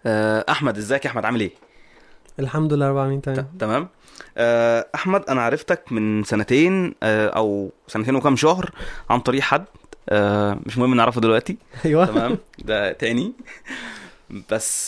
احمد، ازيك يا احمد؟ عامل ايه؟ الحمد لله رب العالمين تمام. تمام. احمد، انا عرفتك من سنتين او سنتين وكام شهر عن طريق حد. مش مهم نعرفه دلوقتي. ايوه. تمام، ده تاني. بس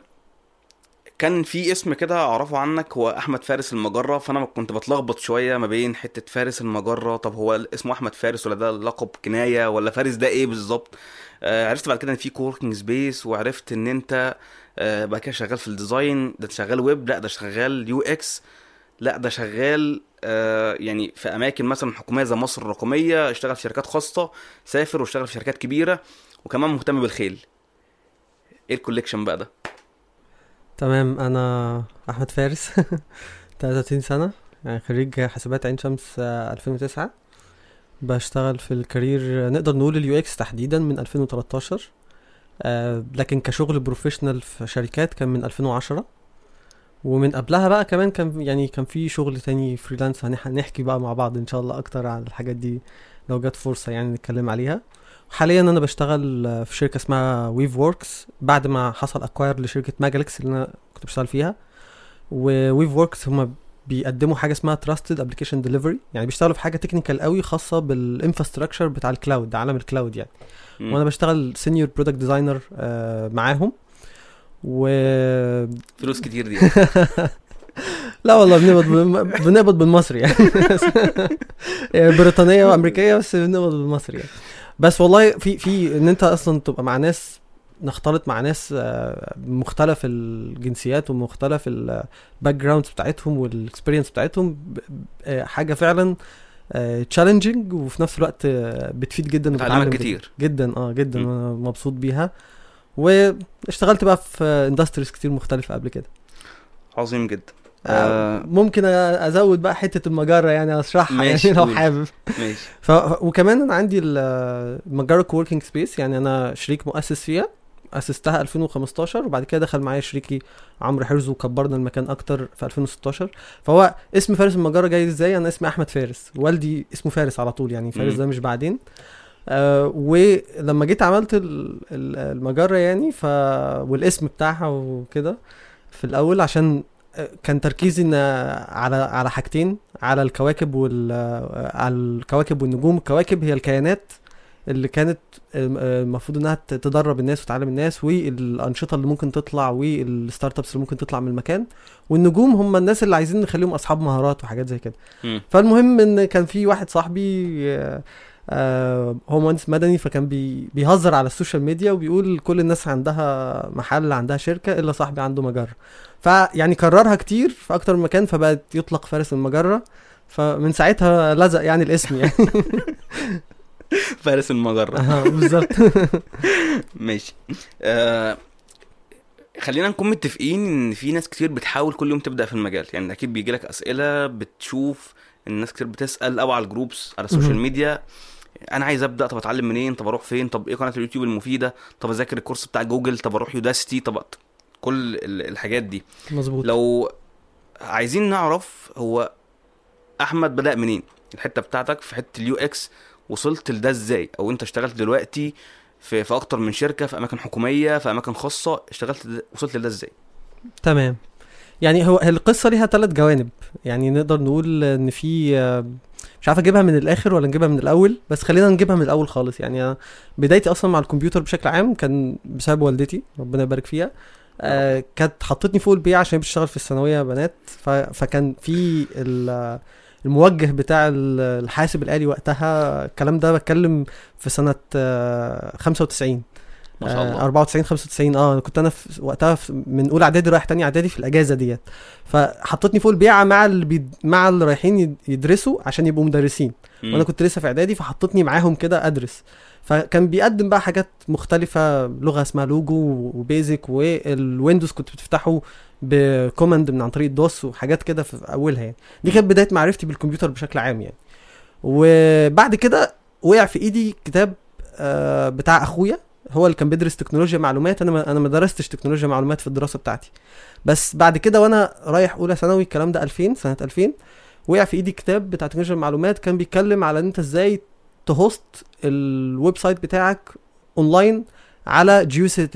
كان في اسم كده اعرفه عنك، هو احمد فارس المجرة، فانا كنت بتلخبط شوية ما بين حتة فارس المجرة. طب هو اسمه احمد فارس ولا ده لقب كناية ولا فارس ده ايه بالظبط؟ عرفت بعد كده ان في كوركينج سبيس، وعرفت ان انت بقى كده شغال في الديزاين، ده شغال ويب، لا ده شغال يو اكس، لا ده شغال يعني في اماكن مثلا حكوميه زي مصر الرقميه، اشتغل في شركات خاصه، سافر واشتغل في شركات كبيره، وكمان مهتم بالخيل. ايه الكوليكشن بقى ده؟ تمام، انا احمد فارس. 33 سنه، يعني خريج حسابات عين شمس 2009. بشتغل في الكارير، نقدر نقول اليو اكس تحديدا من 2013. لكن كشغل بروفيشنال في شركات كان من 2010. ومن قبلها بقى كمان كان في شغل تاني فريلانس، هنحكي بقى مع بعض ان شاء الله اكتر عن الحاجات دي لو جت فرصه يعني نتكلم عليها. حاليا انا بشتغل في شركه اسمها ويف ووركس بعد ما حصل اكواير لشركه ماجالكس اللي انا كنت بشتغل فيها. وويف ووركس هم بيقدموا حاجه اسمها تراستد ابلكيشن ديليفري، يعني بيشتغلوا في حاجه تكنيكال قوي خاصه بالانفراستراكشر بتاع الكلاود، عالم الكلاود يعني. مم. وانا بشتغل سينيور برودكت ديزاينر معاهم. و فلوس كتير دي. لا والله بنقبض بالمصري يعني. بريطانيه وامريكيه، بس بنقبض بالمصري يعني. بس والله في ان انت اصلا تبقى مع ناس، نختلط مع ناس مختلف الجنسيات ومختلف الباك جراوندز بتاعتهم والاكسبيرينس بتاعتهم، حاجه فعلا تشالنجينج، وفي نفس الوقت بتفيد جدا بتعلمك وبتعلم كتير. جدا جدا. مم. انا مبسوط بيها، واشتغلت بقى في اندستريز كتير مختلفه قبل كده. عظيم جدا. ممكن ازود بقى حته المجره، يعني اشرحها يعني ماشي، لو قول. حابب. ماشي. وكمان انا عندي المجره كووركينج سبيس، يعني انا شريك مؤسس فيها. اسستها 2015، وبعد كده دخل معايا شريكي عمرو حرز وكبرنا المكان اكتر في 2016. فهو اسم فارس المجره جاي ازاي؟ انا اسمي احمد فارس، والدي اسمه فارس على طول، يعني فارس ده مش بعدين. ولما جيت عملت المجره يعني والاسم بتاعها وكده في الاول، عشان كان تركيزي ان على حاجتين، على الكواكب على الكواكب والنجوم. الكواكب هي الكيانات اللي كانت المفروض انها تدرب الناس وتعلم الناس، والانشطه اللي ممكن تطلع والستارت ابس اللي ممكن تطلع من المكان. والنجوم هم الناس اللي عايزين نخليهم اصحاب مهارات وحاجات زي كده. مم. فالمهم ان كان في واحد صاحبي هو مهندس مدني، فكان بيهزر على السوشيال ميديا وبيقول كل الناس عندها محل، عندها شركة، إلا صاحبي عنده مجرة. فيعني كررها كتير في أكتر من مكان، فبقت يطلق فارس المجرة. فمن ساعتها لزق يعني الاسم يعني. فارس المجرة. بالظبط. ماشي. خلينا نكون متفقين ان في ناس كتير بتحاول كل يوم تبدأ في المجال، يعني اكيد بيجيلك اسئلة، بتشوف الناس كتير بتسأل او على الجروبس على السوشيال ميديا، انا عايز ابدا، طب اتعلم منين، طب اروح فين، طب ايه قناه اليوتيوب المفيده، طب اذاكر الكورس بتاع جوجل، طب اروح يوداستي، طب كل الحاجات دي. مظبوط. لو عايزين نعرف هو احمد بدا منين، الحته بتاعتك في حته اليو اكس، وصلت لده ازاي؟ او انت اشتغلت دلوقتي في اكتر من شركه، في اماكن حكوميه، في اماكن خاصه، وصلت لده ازاي؟ تمام. يعني هو القصة ليها 3 جوانب، يعني نقدر نقول ان في مش عارف اجيبها من الاخر ولا نجيبها من الاول، بس خلينا نجيبها من الاول خالص. يعني بدايتي اصلا مع الكمبيوتر بشكل عام كان بسبب والدتي، ربنا يبارك فيها. كانت حطتني فوق البيئة عشان بتشتغل في الثانوية بنات. فكان في الموجه بتاع الحاسب الآلي وقتها، الكلام ده بتكلم في سنة 95، ما شاء الله. 94 95. كنت انا في وقتها من اولى اعدادي رايح تاني اعدادي في الاجازه ديت. فحطتني فوق البيعه مع اللي رايحين يدرسوا عشان يبقوا مدرسين. وانا كنت لسه في اعدادي، فحطتني معاهم كده ادرس. فكان بيقدم بقى حاجات مختلفه، لغه اسمها لوجو وبيزك، والويندوز كنت بتفتحه بكوماند من عن طريق الدوس وحاجات كده في اولها يعني. دي كانت بدايه معرفتي بالكمبيوتر بشكل عام يعني. وبعد كده وقع في ايدي كتاب بتاع اخويا، هو اللي كان بيدرس تكنولوجيا معلومات. انا ما درستش تكنولوجيا معلومات في الدراسه بتاعتي. بس بعد كده وانا رايح اولى ثانوي، الكلام ده 2000، سنه 2000، وقع في ايدي كتاب بتاع تكنولوجيا المعلومات، كان بيتكلم على ان انت ازاي تهوست الويب سايت بتاعك اونلاين على جيوسيتيز.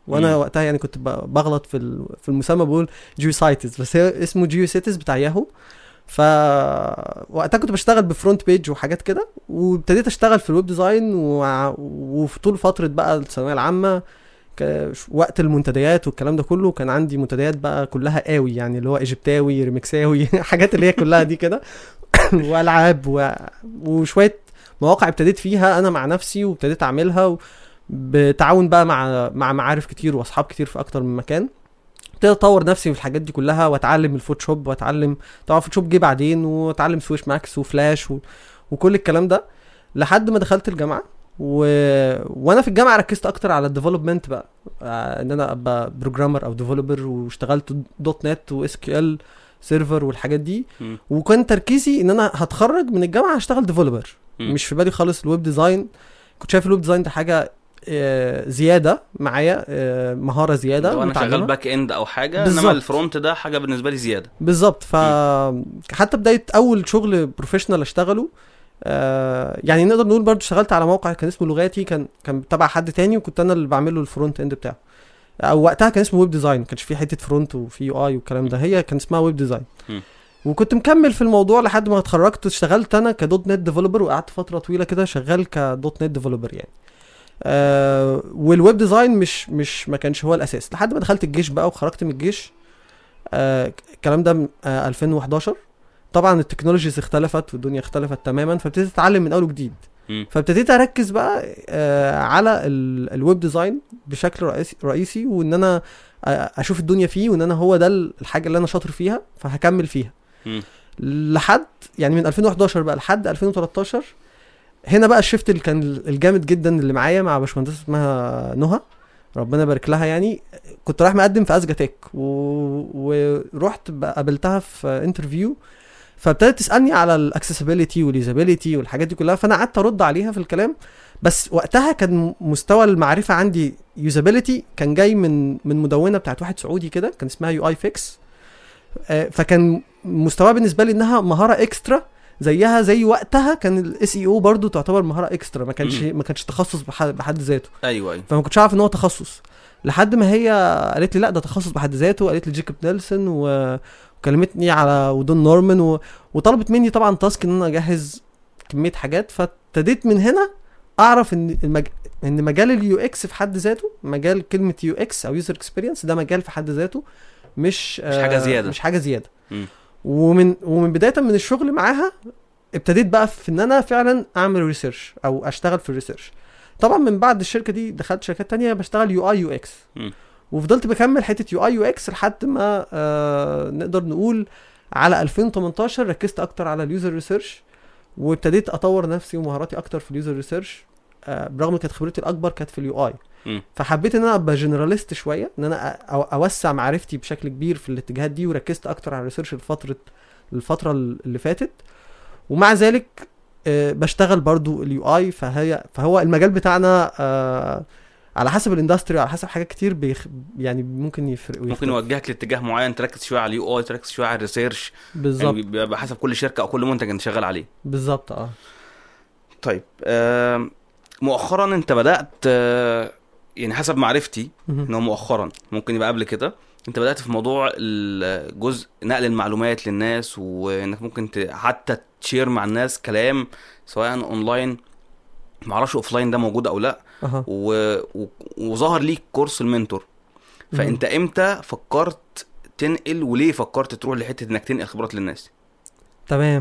وانا وقتها يعني كنت بغلط في المسمى، بقول جيوسايتس بس هي اسمه جيوسيتس بتاع ياهو. ف وقتها كنت بشتغل بفرونت بيج وحاجات كده، وابتديت اشتغل في الويب ديزاين وفي طول فتره بقى الثانويه العامه وقت المنتديات والكلام ده كله كان عندي منتديات بقى كلها قوي يعني اللي هو ايجيبتاوي ريمكساوي حاجات اللي هي كلها دي كده والعاب وشويه مواقع ابتديت فيها انا مع نفسي وابتديت اعملها بتعاون بقى مع معارف كتير واصحاب كتير في اكتر من مكان. ابتديت اطور نفسي في الحاجات دي كلها واتعلم الفوتوشوب واتعلم طبعا فوتوشوب جه بعدين، واتعلم سويش ماكس وفلاش وكل الكلام ده لحد ما دخلت الجامعه. وانا في الجامعه ركزت اكتر على الديفلوبمنت بقى، ان انا ابقى بروجرامر او ديفلوبر، واشتغلت دوت نت واس كيو ال سيرفر والحاجات دي. وكان تركيزي ان انا هتخرج من الجامعه هشتغل ديفلوبر، مش في بالي خالص الويب ديزاين. كنت شايف الويب ديزاين ده حاجه زياده معايا، مهاره زياده لو انا شغال باك اند او حاجه بالزبط. انما الفرونت ده حاجه بالنسبه لي زياده بالظبط. حتى بدايه اول شغل بروفيشنال اشتغله يعني نقدر نقول برضو اشتغلت على موقع كان اسمه لغاتي، كان تبع حد تاني، وكنت انا اللي بعمل له الفرونت اند بتاعه. او وقتها كان اسمه ويب ديزاين، ما كانش فيه حته فرونت وفي يو اي والكلام ده، هي كان اسمها ويب ديزاين. وكنت مكمل في الموضوع لحد ما اتخرجت. اشتغلت انا كدوت نت ديفلوبر، وقعدت فتره طويله كده شغال كدوت نت ديفلوبر يعني. والويب ديزاين مش ما كانش هو الاساس لحد ما دخلت الجيش بقى وخرجت من الجيش. الكلام ده 2011. طبعا التكنولوجيز اختلفت والدنيا اختلفت تماما، فابتديت اتعلم من اول وجديد. فابتديت اركز بقى على الويب ديزاين بشكل رئيسي، وان انا اشوف الدنيا فيه، وان انا هو ده الحاجه اللي انا شاطر فيها فهكمل فيها. لحد يعني من 2011 بقى لحد 2013. هنا بقى الشفت اللي كان الجامد جدا اللي معايا مع باشمهندسه اسمها نهى ربنا يبارك لها. يعني كنت رايح مقدم في ازجا تك ورحت قابلتها في انترفيو، فابتدت تسالني على الاكسسبيليتي واليوزابيليتي والحاجات دي كلها، فانا قعدت ارد عليها في الكلام. بس وقتها كان مستوى المعرفه عندي يوزابيليتي كان جاي من مدونه بتاعت واحد سعودي كده كان اسمها يو اي فيكس. فكان مستوى بالنسبه لي انها مهاره اكسترا، زيها زي وقتها كان الاس اي او برضو تعتبر مهاره اكسترا، ما كانش تخصص بحد ذاته. ايوه فما كنتش عارف ان هو تخصص لحد ما هي قالت لي لا ده تخصص بحد ذاته. قالت لي جيكوب نيلسون وكلمتني على ودون نورمان وطلبت مني طبعا تاسك ان انا اجهز كميه حاجات. فابتديت من هنا اعرف ان ان مجال اليو اكس في حد ذاته، مجال كلمه يو اكس او يوزر اكسبيرينس ده مجال في حد ذاته، مش حاجه زياده. ومن بدايه من الشغل معاها ابتديت بقى في ان انا فعلا اعمل ريسيرش او اشتغل في الريسيرش. طبعا من بعد الشركه دي دخلت شركات تانية بشتغل يو اي يو اكس، وفضلت بكمل حته يو اي يو اكس لحد ما نقدر نقول على 2018 ركزت اكتر على اليوزر ريسيرش، وابتديت اطور نفسي ومهاراتي اكتر في اليوزر ريسيرش. برغم كانت خبرتي الاكبر كانت في اليو اي، فحبيت ان انا ابقى جنراليست شويه، ان انا اوسع معرفتي بشكل كبير في الاتجاهات دي، وركزت اكتر على الريسيرش الفتره اللي فاتت. ومع ذلك بشتغل برضو اليو اي. فهو المجال بتاعنا على حسب الاندستري على حسب حاجات كتير يعني ممكن يفرق ممكن يوجهك لاتجاه معين، تركز شويه على اليو اي، تركز شويه على الريسيرش. بالظبط، يعني بحسب كل شركه او كل منتج انت شغال عليه. بالظبط. طيب مؤخرا انت بدات يعني حسب معرفتي انه مؤخرا ممكن يبقى قبل كده انت بدات في موضوع الجزء نقل المعلومات للناس، وانك ممكن حتى تشير مع الناس كلام سواء اونلاين، معرفش اوفلاين ده موجود او لا. وظهر ليك كورس المنتور. فانت امتى فكرت تنقل، وليه فكرت تروح لحته انك تنقل خبرات للناس؟ تمام.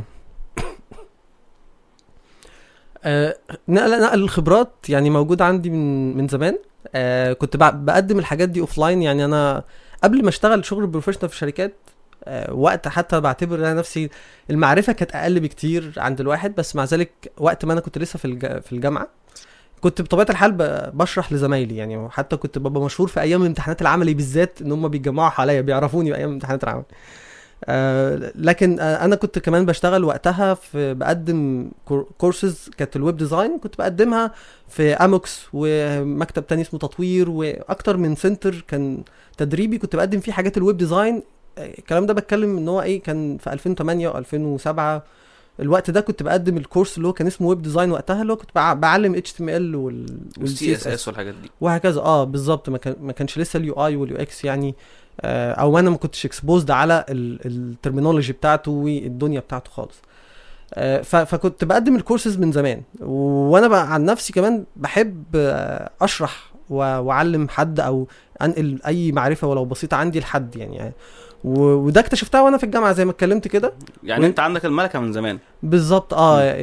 نقل الخبرات يعني موجود عندي من زمان. كنت بقدم الحاجات دي اوفلاين. يعني انا قبل ما اشتغل شغل بروفيشنال في شركات وقت حتى بعتبر انا نفسي المعرفه كانت اقل بكتير عند الواحد، بس مع ذلك وقت ما انا كنت لسه في الجامعه كنت بطبيعه الحال بشرح لزمايلي. يعني حتى كنت ببقى مشهور في ايام الامتحانات العملي بالذات ان هم بيتجمعوا حواليا بيعرفوني في ايام الامتحانات العملي. لكن انا كنت كمان بشتغل وقتها في بقدم كورسز كانت الويب ديزاين، كنت بقدمها في اموكس ومكتب تاني اسمه تطوير واكتر من سنتر كان تدريبي كنت بقدم فيه حاجات الويب ديزاين. الكلام ده بتكلم ان هو ايه كان في 2008 و2007 الوقت ده كنت بقدم الكورس اللي هو كان اسمه ويب ديزاين وقتها، اللي هو كنت بعلم HTML والسي اس اس والحاجات دي وهكذا. بالظبط. ما كانش لسه اليو اي واليو اكس يعني، او انا ما كنتش اكسبوزد على الترمينولوجي بتاعته والدنيا بتاعته خالص. فكنت بقدم الكورسز من زمان، وانا بقى عن نفسي كمان بحب اشرح واعلم حد او انقل اي معرفه ولو بسيطه عندي لحد يعني. وده اكتشفتها وانا في الجامعه زي ما اتكلمت كده. يعني انت عندك الملكه من زمان. بالظبط.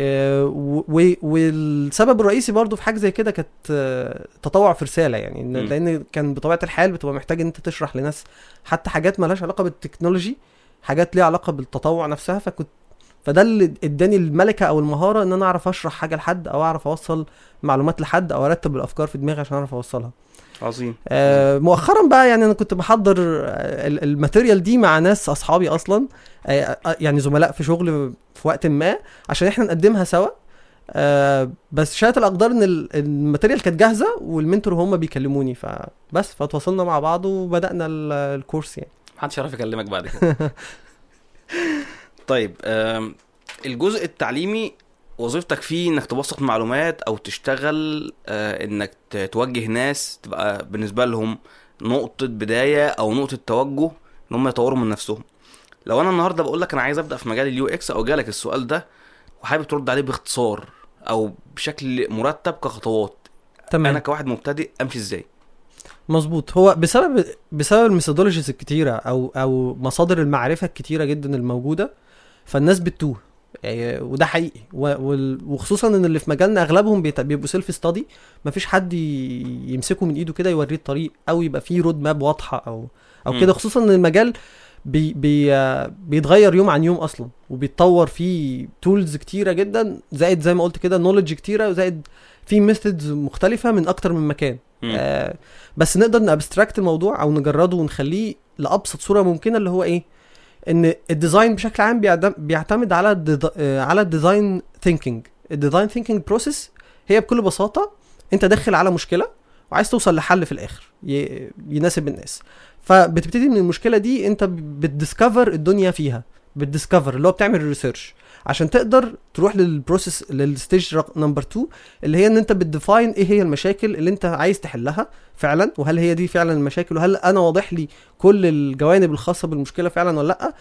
والسبب الرئيسي برضو في حاجه زي كده كانت تطوع في رساله يعني، لان كان بطبيعه الحال بتبقى محتاج ان انت تشرح لناس حتى حاجات ما لهاش علاقه بالتكنولوجي، حاجات ليها علاقه بالتطوع نفسها. فده اللي اداني الملكه او المهاره ان انا اعرف اشرح حاجه لحد، او اعرف اوصل معلومات لحد، او ارتب الافكار في دماغي عشان اعرف اوصلها. عظيم. مؤخرا بقى يعني انا كنت بحضر الماتيريال دي مع ناس اصحابي اصلا، يعني زملاء في شغل في وقت ما، عشان احنا نقدمها سوا. بس شاءت الاقدار ان الماتيريال كانت جاهزه والمنتور هم بيكلموني، فتواصلنا مع بعض وبدانا الكورس يعني. محدش يعرف يكلمك بعد كده. طيب الجزء التعليمي وظيفتك فيه انك تبسط معلومات او تشتغل انك توجه ناس تبقى بالنسبه لهم نقطه بدايه او نقطه توجه ان هم يطوروا من نفسهم. لو انا النهارده بقول لك انا عايز ابدا في مجال اليو اكس، او جالك السؤال ده وحابب ترد عليه باختصار او بشكل مرتب كخطوات، تمام، انا كواحد مبتدئ امشي ازاي؟ مظبوط. هو بسبب الميثودولوجيز الكتيره او مصادر المعرفه الكتيره جدا الموجوده، فالناس بتتوه. وده حقيقي، وخصوصا ان اللي في مجالنا اغلبهم بيبقوا سيلف ستادي، مفيش حد يمسكه من ايده كده يوريه الطريق، او يبقى فيه رود ماب واضحه او كده. خصوصا ان المجال بيتغير يوم عن يوم اصلا، وبيتطور فيه تولز كتيره جدا، زائد زي ما قلت كده نوليدج كتيره، وزائد في ميثودز مختلفه من اكتر من مكان. بس نقدر نابستراكت الموضوع او نجرده ونخليه لابسط صوره ممكنه، اللي هو ايه؟ ان الديزاين بشكل عام بيعتمد على الديزاين ثينكينج. الديزاين ثينكينج بروسيس هي بكل بساطه انت داخل على مشكله وعايز توصل لحل في الاخر يناسب الناس، فبتبتدي من المشكله دي، انت بتديسكفر الدنيا فيها، بتديسكفر اللي هو بتعمل ريسيرش عشان تقدر تروح للبروسيس للستيج نمبر 2، اللي هي ان انت بتديفاين ايه هي المشاكل اللي انت عايز تحلها فعلا، وهل هي دي فعلا المشاكل، وهل انا واضح لي كل الجوانب الخاصه بالمشكله فعلا ولا لا.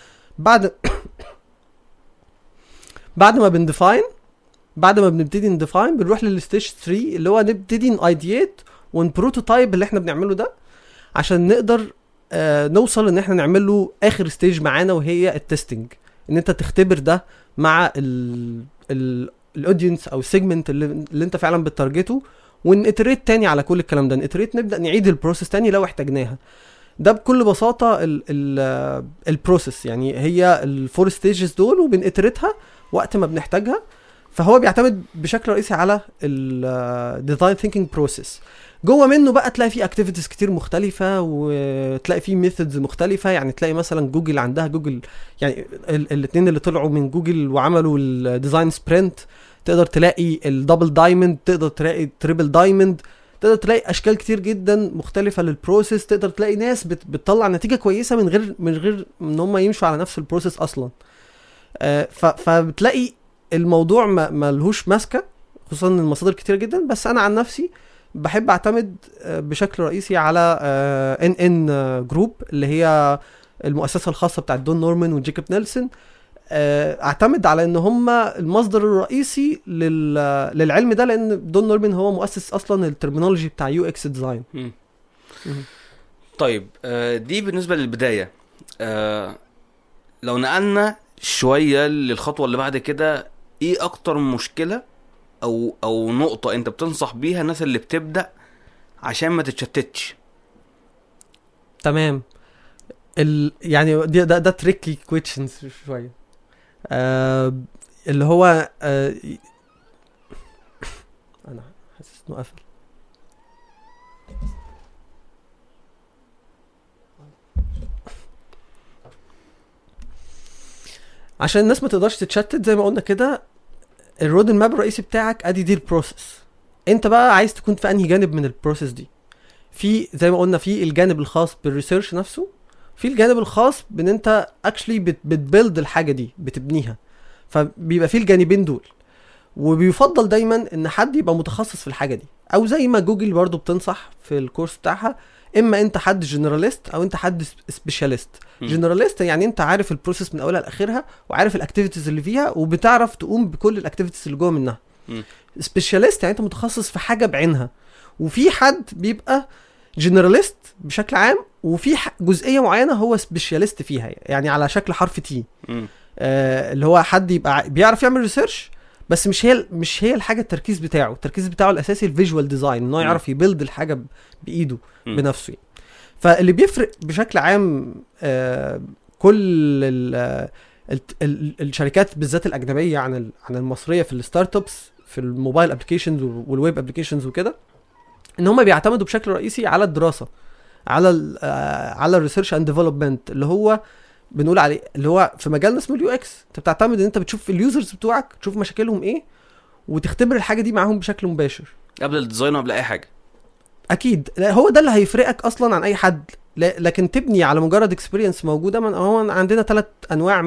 بعد ما بنبتدي نديفاين بنروح للستيج 3 اللي هو نبتدي نايديت ونبروتوتايب اللي احنا بنعمله ده، عشان نقدر نوصل ان احنا نعمل له اخر ستيج معانا، وهي التستنج. ان انت تختبر ده مع الاودينس او السيجمنت اللي انت فعلا بتارجته، ونتريت تاني على كل الكلام ده. نبدا نعيد البروسيس تاني لو احتاجناها. ده بكل بساطه البروسيس يعني هي الفور ستيجز دول، وبنتريتها وقت ما بنحتاجها. فهو بيعتمد بشكل رئيسي على الديزاين ثينكينج بروسيس. جوه منه بقى تلاقي فيه اكتيفيتيز كتير مختلفه، وتلاقي فيه ميثودز مختلفه. يعني تلاقي مثلا جوجل عندها جوجل، يعني الاثنين اللي طلعوا من جوجل وعملوا الديزاين سبرنت، تقدر تلاقي الدبل دايموند، تقدر تلاقي التريبل دايموند، تقدر تلاقي اشكال كتير جدا مختلفه للبروسيس. تقدر تلاقي ناس بتطلع نتيجه كويسه من غير ان هم يمشوا على نفس البروسيس اصلا. فبتلاقي الموضوع ما لهوش ماسكه، خصوصا المصادر كتير جدا. بس انا عن نفسي بحب اعتمد بشكل رئيسي على NN جروب، اللي هي المؤسسه الخاصه بتاعت دون نورمان وجيكوب نيلسون. اعتمد على ان هم المصدر الرئيسي للعلم ده، لان دون نورمان هو مؤسس اصلا الترمينولوجي بتاع يو اكس ديزاين. طيب دي بالنسبه للبدايه. لو نقلنا شويه للخطوه اللي بعد كده، ايه اكتر مشكله او نقطه انت بتنصح بيها الناس اللي بتبدا عشان ما تتشتتش؟ تمام. يعني ده تريكي كويشنز شويه. اللي هو انا حاسس انه قفل. عشان الناس ما تقدرش تتشتت زي ما قلنا كده، الرود ماب الرئيسي بتاعك ادي دي البروسيس. انت بقى عايز تكون في انهي جانب من البروسيس دي؟ في زي ما قلنا في الجانب الخاص بالريسيرش نفسه، في الجانب الخاص بان انت اكشلي بتبيلد الحاجه دي، بتبنيها. فبيبقى فيه الجانبين دول. وبيفضل دايما ان حد يبقى متخصص في الحاجه دي، او زي ما جوجل برضو بتنصح في الكورس بتاعها، اما انت حد جنراليست او انت حد سبيشاليست. جنراليست يعني انت عارف البروسيس من اولها لاخرها وعارف الاكتيفيتيز اللي فيها وبتعرف تقوم بكل الاكتيفيتيز اللي جوه منها. سبيشاليست يعني انت متخصص في حاجه بعينها. وفي حد بيبقى جنراليست بشكل عام وفي جزئيه معينه هو سبيشاليست فيها، يعني على شكل حرف تي. اللي هو حد يبقى بيعرف يعمل ريسيرش بس مش هي الحاجه التركيز بتاعه الاساسي الفيجوال ديزاين، انه يعرف يبيلد الحاجه بايده بنفسه. فاللي بيفرق بشكل عام كل الشركات بالذات الاجنبيه عن المصريه في الستارت ابس في الموبايل ابلكيشنز والويب ابلكيشنز وكده، ان هم بيعتمدوا بشكل رئيسي على الدراسه، على الريسيرش اند ديفلوبمنت، اللي هو بنقول عليه اللي هو في مجالنا اسمه اليو اكس. انت بتعتمد ان انت بتشوف اليوزرز بتوعك، تشوف مشاكلهم ايه وتختبر الحاجه دي معاهم بشكل مباشر قبل الديزاين وقبل اي حاجه. اكيد هو ده اللي هيفرقك اصلا عن اي حد. لكن تبني على مجرد اكسبيرينس موجوده. هو عندنا 3 انواع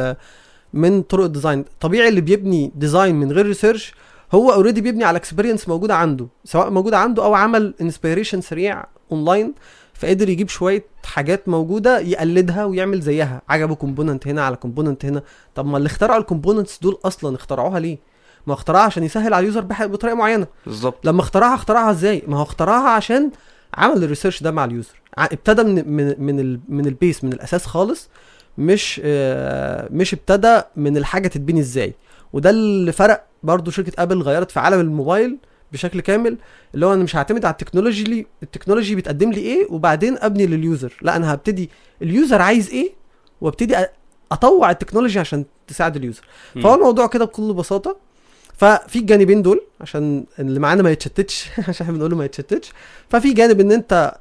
من طرق الديزاين. طبيعي اللي بيبني ديزاين من غير ريسيرش هو اوريدي بيبني على اكسبيرينس موجوده عنده، سواء موجوده عنده او عمل انسبيريشن سريع اونلاين فقدر يجيب شويه حاجات موجوده يقلدها ويعمل زيها، عجبه كومبوننت هنا على كومبوننت هنا. طب ما اللي اخترعوا الكومبوننتس دول اصلا اخترعوها ليه؟ ما اخترعها عشان يسهل على اليوزر بطريقه معينه. بالظبط. لما اخترعها ازاي؟ ما هو اخترعها عشان عمل الريسيرش ده مع اليوزر، ابتدى من البيس، من الاساس خالص، مش ابتدى من الحاجه تتبني ازاي. وده اللي فرق برضو شركه ابل، غيرت في عالم الموبايل بشكل كامل، اللي هو انا مش هعتمد على التكنولوجي بتقدم لي ايه وبعدين ابني لليوزر، لا انا هبتدي اليوزر عايز ايه وابتدي اطوع التكنولوجي عشان تساعد اليوزر. فهو الموضوع كده بكل بساطه. ففي الجانبين دول عشان اللي معانا ما يتشتتش عشان احنا بنقوله ما يتشتتش. ففي جانب ان انت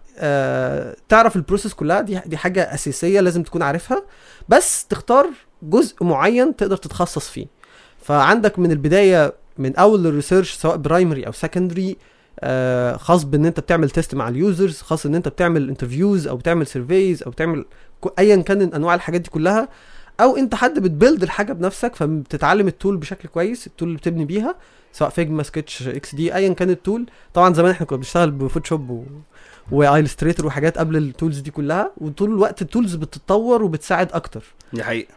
تعرف البروسيس كلها، دي حاجه اساسيه لازم تكون عارفها، بس تختار جزء معين تقدر تتخصص فيه. فعندك من البدايه من اول الريسيرش سواء برايمري او سكندري، خاص بان انت بتعمل تيست مع اليوزرز، خاص ان انت بتعمل انترفيوز او بتعمل سيرفيز او بتعمل ايا كان انواع الحاجات دي كلها، او انت حد بتبيلد الحاجه بنفسك فبتتعلم التول بشكل كويس، التول اللي بتبني بيها سواء فيجما، سكتش، اكس دي، ايا كان التول. طبعا زمان احنا كنا بنشتغل بفوتوشوب وايلستريتور وحاجات قبل التولز دي كلها، وطول الوقت التولز بتتطور وبتساعد اكتر. دي حقيقه.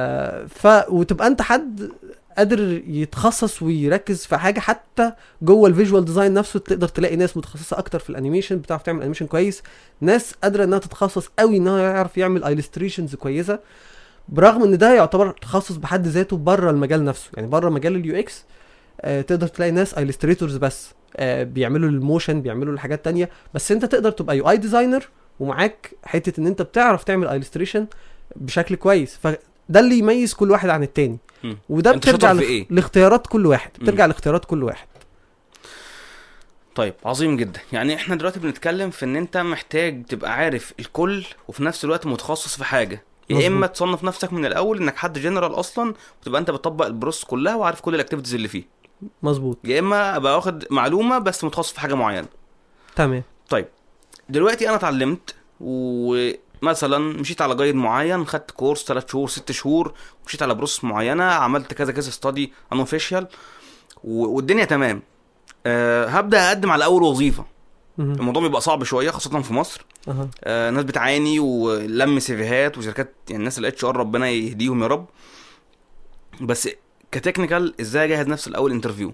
وتبقى انت حد قادر يتخصص ويركز في حاجه، حتى جوه الفيجوال ديزاين نفسه تقدر تلاقي ناس متخصصه اكتر في الانيميشن، بتعرف تعمل انيميشن كويس، ناس قادره انها تتخصص قوي انها يعرف يعمل ايلستريشنز كويسه، برغم ان ده يعتبر تخصص بحد ذاته بره المجال نفسه. يعني بره مجال اليو اكس تقدر تلاقي ناس ايلستريتورز بس بيعملوا الموشن، بيعملوا الحاجات تانية، بس انت تقدر تبقى يو اي ديزاينر ومعاك حته ان انت بتعرف تعمل ايلستريشن بشكل كويس. فده اللي يميز كل واحد عن التاني، وده بترجع لاختيارات كل واحد، طيب عظيم جدا. يعني احنا دلوقتي بنتكلم في ان انت محتاج تبقى عارف الكل وفي نفس الوقت متخصص في حاجه. يا اما تصنف نفسك من الاول انك حد جنرال اصلا وتبقى انت بتطبق البروسس كلها وعارف كل الاكتيفيتيز اللي فيه. مظبوط. يا اما ابقى واخد معلومه بس متخصص في حاجه معينه. تمام. طيب دلوقتي انا اتعلمت ومثلا مشيت على جايد معين، خدت كورس 3 شهور 6 شهور، مشيت على بروسس معينه، عملت كذا كذا ستادي ان اوفيشال والدنيا تمام. هبدا اقدم على اول وظيفه. الموضوع بيبقى صعب شويه خاصه في مصر. ناس بتعاني ولم سيفيهات وشركات، يعني الناس الاتش ار ربنا يهديهم يا رب. بس كتكنيكال ازاي اجهز نفسي الاول انترفيو؟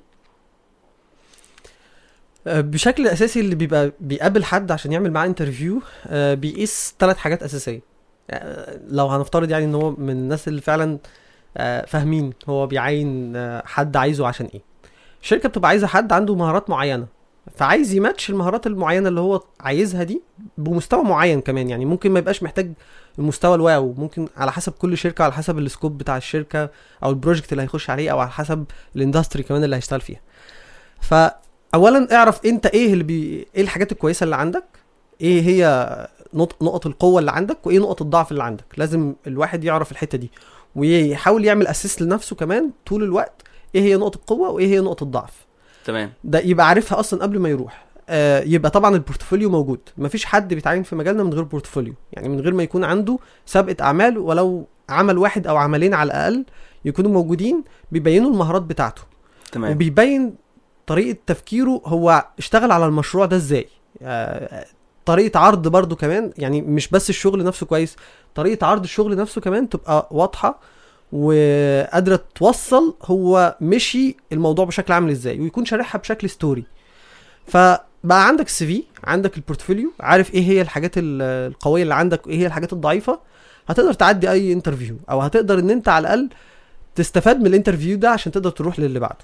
بشكل اساسي اللي بيقابل حد عشان يعمل معاه انترفيو بيقيس 3 حاجات اساسيه. لو هنفترض يعني ان هو من الناس اللي فعلا فاهمين هو بيعين حد عايزه عشان ايه. الشركه بتبقى عايزه حد عنده مهارات معينه، فعايز يماتش المهارات المعينه اللي هو عايزها دي بمستوى معين كمان. يعني ممكن ما يبقاش محتاج المستوى الواو، ممكن على حسب كل شركه، على حسب السكوب بتاع الشركه او البروجكت اللي هيخش عليه، او على حسب الاندستري كمان اللي هيشتغل فيها. فاولا اعرف انت ايه ايه الحاجات الكويسه اللي عندك، ايه هي نقط القوه اللي عندك، وايه نقط الضعف اللي عندك. لازم الواحد يعرف الحته دي ويحاول يعمل اسيس لنفسه كمان طول الوقت، ايه هي نقط القوه وايه هي نقط الضعف. تمام. ده يبقى عارفها اصلا قبل ما يروح. يبقى طبعا البورتفوليو موجود. مفيش حد بيتعين في مجالنا من غير بورتفوليو، يعني من غير ما يكون عنده سابقه اعمال ولو عمل واحد او عملين على الاقل يكونوا موجودين بيبينوا المهارات بتاعته. تمام. وبيبين طريقة تفكيره، هو اشتغل على المشروع ده ازاي، طريقة عرض برضو كمان، يعني مش بس الشغل نفسه كويس، طريقة عرض الشغل نفسه كمان تبقى واضحة وقادرة توصل هو مشي الموضوع بشكل عامل ازاي، ويكون شارحها بشكل ستوري. فبقى عندك السي في، عندك البورتفوليو، عارف ايه هي الحاجات القوية اللي عندك وايه هي الحاجات الضعيفة، هتقدر تعدي اي انترفيو، او هتقدر ان انت على الاقل تستفاد من الانترفيو ده عشان تقدر تروح للي بعده.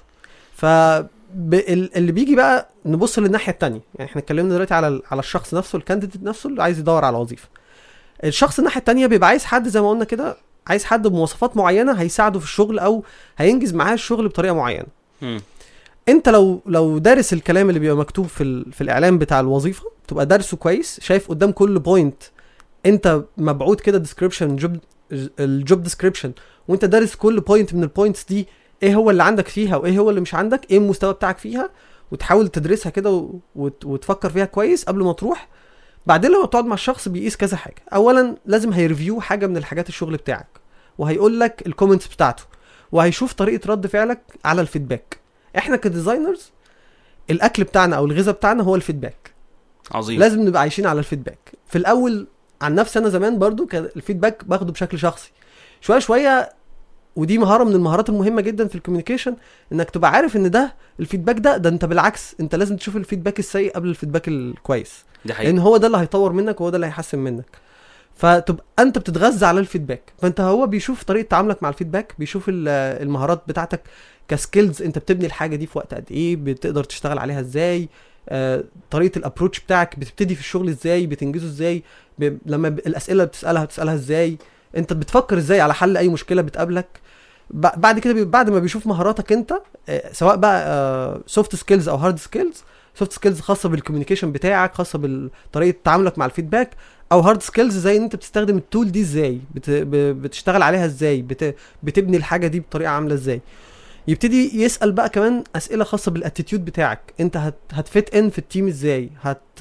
اللي بيجي بقى نبص للناحيه التانية، يعني احنا اتكلمنا دلوقتي على الشخص نفسه، الكانديديت نفسه اللي عايز يدور على وظيفه. الشخص الناحيه التانية بيبقى عايز حد زي ما قلنا كده، عايز حد بمواصفات معينه هيساعده في الشغل او هينجز معاه الشغل بطريقه معينه. انت لو دارس الكلام اللي بيبقى مكتوب في الاعلان بتاع الوظيفه، تبقى دارسه كويس، شايف قدام كل بوينت انت مبعوث كده ديسكريبشن، الجوب ديسكريبشن، وانت دارس كل بوينت من البوينتس دي ايه هو اللي عندك فيها وايه هو اللي مش عندك، ايه المستوى بتاعك فيها، وتحاول تدرسها كده وتفكر فيها كويس قبل ما تروح. بعدين لما تقعد مع الشخص بيقيس كذا حاجه. اولا لازم هيريفيو حاجه من الحاجات الشغل بتاعك، وهيقول لك الكومنتس بتاعته، وهيشوف طريقه رد فعلك على الفيدباك. احنا كديزاينرز الاكل بتاعنا او الغذاء بتاعنا هو الفيدباك. عظيم. لازم نبقى عايشين على الفيدباك. في الاول عن نفسي انا زمان برضو كان الفيدباك باخده بشكل شخصي شويه شويه، ودي مهاره من المهارات المهمه جدا في الكوميونيكيشن، انك تبقى عارف ان ده الفيدباك ده انت بالعكس انت لازم تشوف الفيدباك السيء قبل الفيدباك الكويس، لان هو ده اللي هيطور منك وهو ده اللي هيحسن منك. فتبقى انت بتتغذى على الفيدباك، فانت هو بيشوف طريقه تعاملك مع الفيدباك، بيشوف المهارات بتاعتك كسكيلز، انت بتبني الحاجه دي في وقت قد ايه، بتقدر تشتغل عليها ازاي، طريقه الابروتش بتاعك، بتبتدي في الشغل ازاي، بتنجزه ازاي، لما الاسئله بتسالها ازاي، انت بتفكر ازاي على حل اي مشكله بتقابلك. بعد كده بعد ما بيشوف مهاراتك انت، سواء بقى سوفت سكيلز او هارد سكيلز، سوفت سكيلز خاصه بالكوميونيكيشن بتاعك، خاصه بطريقه تعاملك مع الفيدباك، او هارد سكيلز زي ان انت بتستخدم التول دي ازاي، بتشتغل عليها ازاي، بتبني الحاجه دي بطريقه عامله ازاي. يبتدي يسال بقى كمان اسئله خاصه بالاتيتيود بتاعك، انت هتفيت ان في التيم ازاي،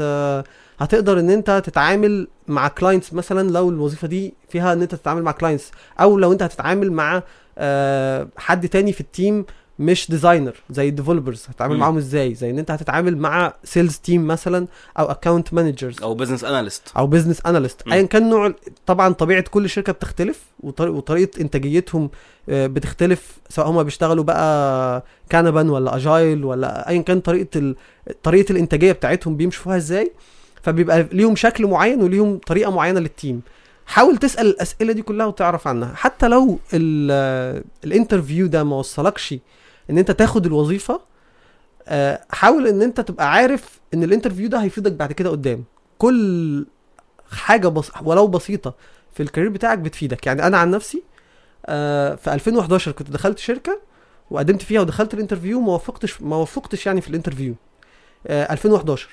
هتقدر ان انت تتعامل مع كلاينتس مثلا، لو الوظيفه دي فيها ان انت تتعامل مع كلاينتس، او لو انت هتتعامل مع حد تاني في التيم مش ديزاينر زي الديفلوبرز، هتتعامل معاهم ازاي، زي ان انت هتتعامل مع سيلز تيم مثلا، او اكاونت مانجرز، او بزنس اناليست، ايا كان نوع. طبعا طبيعه كل شركه بتختلف، وطريقه انتاجيتهم بتختلف، سواء هم بيشتغلوا بقى كانبان ولا اجايل ولا ايا كان طريقه الانتاجيه بتاعتهم بيمشوا فيها ازاي، فبيبقى ليهم شكل معين وليهم طريقه معينه للتيم. حاول تسال الاسئله دي كلها وتعرف عنها، حتى لو الانترفيو ده ما وصلكش ان انت تاخد الوظيفه، حاول ان انت تبقى عارف ان الانترفيو ده هيفيدك بعد كده قدام. كل حاجه ولو بسيطه في الكارير بتاعك بتفيدك. يعني انا عن نفسي في 2011 كنت دخلت شركه وقدمت فيها ودخلت الانترفيو، ما وفقتش يعني في الانترفيو. 2011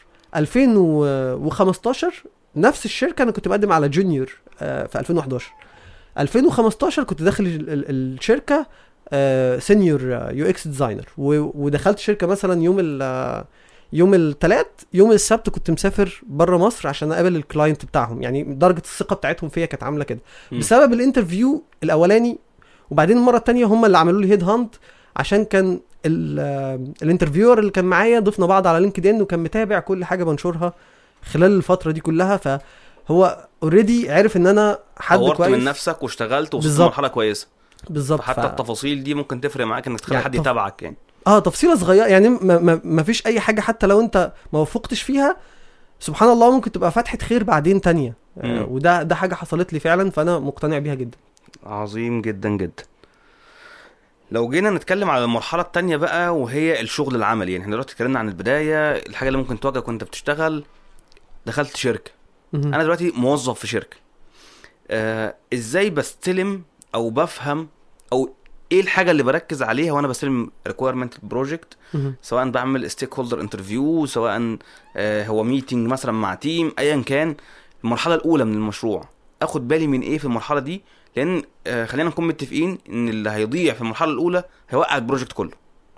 2015 نفس الشركه انا كنت بقدم على جونيور في 2011. 2015 كنت داخل الشركه سينيور يو اكس ديزاينر، ودخلت شركه مثلا يوم الثلاث، يوم السبت كنت مسافر بره مصر عشان اقابل الكلاينت بتاعهم. يعني درجه الثقه بتاعتهم فيا كانت عامله كده بسبب الانترفيو الاولاني، وبعدين المره الثانيه هم اللي عملوا لي هيد هانت، عشان كان الانترفيور اللي كان معايا ضفنا بعض على لينكد ان، وكان متابع كل حاجه بنشرها خلال الفتره دي كلها، فهو اوريدي عارف ان انا حد كويس. طورت من نفسك واشتغلت ووصلت لمرحله كويسه بالظبط. حتى التفاصيل دي ممكن تفرق معاك انك تخلي حد يتابعك يعني. تفصيله صغيره يعني، ما فيش اي حاجه حتى لو انت ما وفقتش فيها، سبحان الله ممكن تبقى فتحه خير بعدين تانية. وده حاجه حصلت لي فعلا، فانا مقتنع بيها جدا. عظيم جدا جدا. لو جينا نتكلم على المرحله التانية بقى، وهي الشغل العملي، يعني احنا دلوقتي اتكلمنا عن البدايه، الحاجه اللي ممكن تواجهك وانت بتشتغل، دخلت شركه. انا دلوقتي موظف في شركه، ازاي بستلم او بفهم او ايه الحاجه اللي بركز عليها وانا بستلم ريكويرمنت بروجكت، سواء بعمل ستيك هولدر انترفيو، سواء هو ميتنج مثلا مع تيم، ايا كان المرحله الاولى من المشروع، اخد بالي من ايه في المرحله دي؟ لان خلينا نكون متفقين ان اللي هيضيع في المرحله الاولى هيوقع البروجكت كله.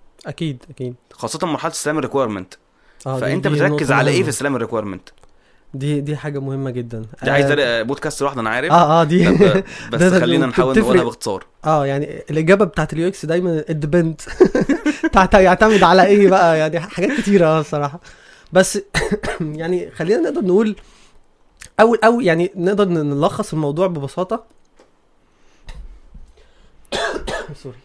اكيد خاصه مرحله استلام الريكويرمنت. فانت بتركز على ايه في استلام الريكويرمنت؟ دي حاجه مهمه جدا. دي عايزه بودكاست لوحده انا عارف. دي بس خلينا نحاول نقولها باختصار. يعني الاجابه بتاعت اليو اكس دايما الديبند يعتمد على ايه بقى، يعني حاجات كتيره الصراحه. بس يعني خلينا نقدر نقول او يعني نقدر نلخص الموضوع ببساطه. سوري.